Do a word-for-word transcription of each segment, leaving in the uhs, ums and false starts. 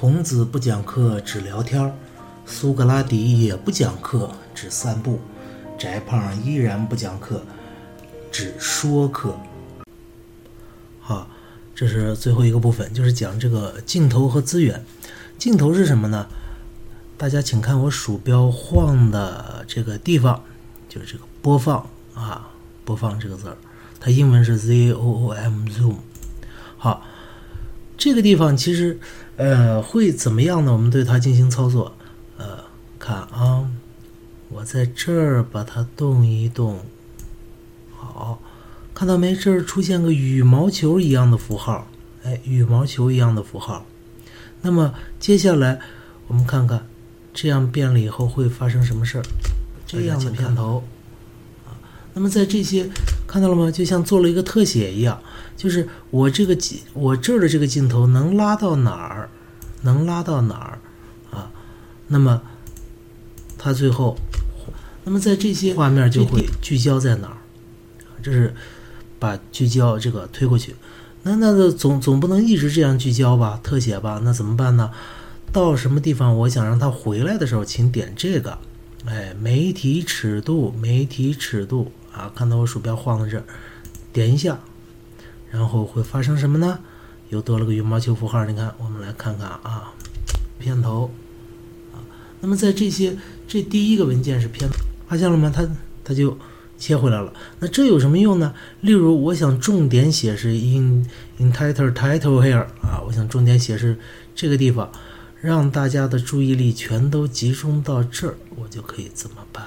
孔子不讲课只聊天，苏格拉底也不讲课只散步，翟胖依然不讲课只说课。好，这是最后一个部分，就是讲这个镜头和资源。镜头是什么呢？大家请看我鼠标晃的这个地方，就是这个播放啊，播放这个字儿，它英文是 Z O O M Zoom。好，这个地方其实呃会怎么样呢？我们对它进行操作，呃，看啊，我在这儿把它动一动，好，看到没？这儿出现个羽毛球一样的符号，哎，羽毛球一样的符号。那么接下来我们看看，这样变了以后会发生什么事儿？这样的片头啊，那么在这些看到了吗？就像做了一个特写一样，就是我这个我这儿的这个镜头能拉到哪儿，能拉到哪儿啊？那么它最后，那么在这些画面就会聚焦在哪儿？这是把聚焦这个推过去。那那总总不能一直这样聚焦吧，特写吧？那怎么办呢？到什么地方我想让它回来的时候，请点这个，哎，媒体尺度，媒体尺度啊，看到我鼠标晃到这儿，点一下，然后会发生什么呢？又多了个羽毛球符号，你看，我们来看看啊，片头啊。那么在这些，这第一个文件是片头，发现了吗？它它就切回来了。那这有什么用呢？例如，我想重点显示 in in title title here 啊，我想重点显示这个地方，让大家的注意力全都集中到这儿，我就可以怎么办？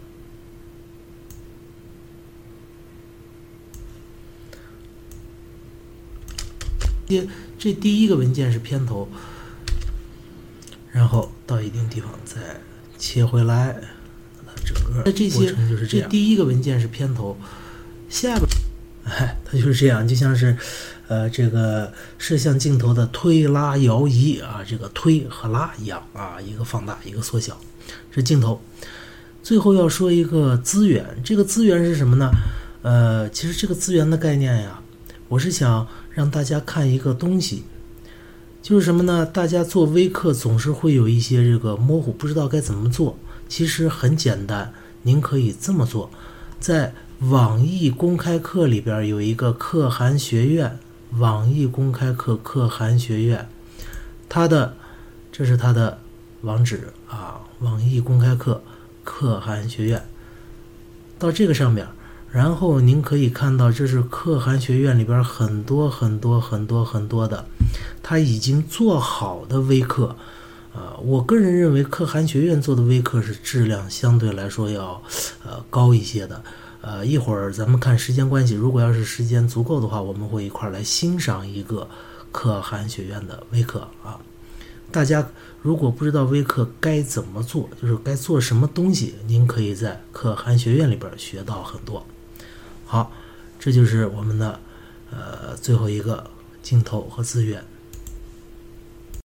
这这第一个文件是片头，然后到一定地方再切回来。整个这些就是这样，这第一个文件是片头，下边哎，它就是这样，就像是呃这个摄像镜头的推拉摇移啊，这个推和拉一样啊，一个放大一个缩小，是镜头。最后要说一个资源，这个资源是什么呢？呃，其实这个资源的概念呀，我是想让大家看一个东西，就是什么呢？大家做微课总是会有一些这个模糊，不知道该怎么做。其实很简单，您可以这么做，在网易公开课里边有一个可汗学院，网易公开课可汗学院，它的这是它的网址啊，网易公开课可汗学院，到这个上面，然后您可以看到这是可汗学院里边很多很多很多很多的，它已经做好的微课。呃，我个人认为可汗学院做的微课是质量相对来说要呃高一些的。呃，一会儿咱们看时间关系，如果要是时间足够的话，我们会一块来欣赏一个可汗学院的微课啊。大家如果不知道微课该怎么做，就是该做什么东西，您可以在可汗学院里边学到很多。好，这就是我们的呃最后一个镜头和资源。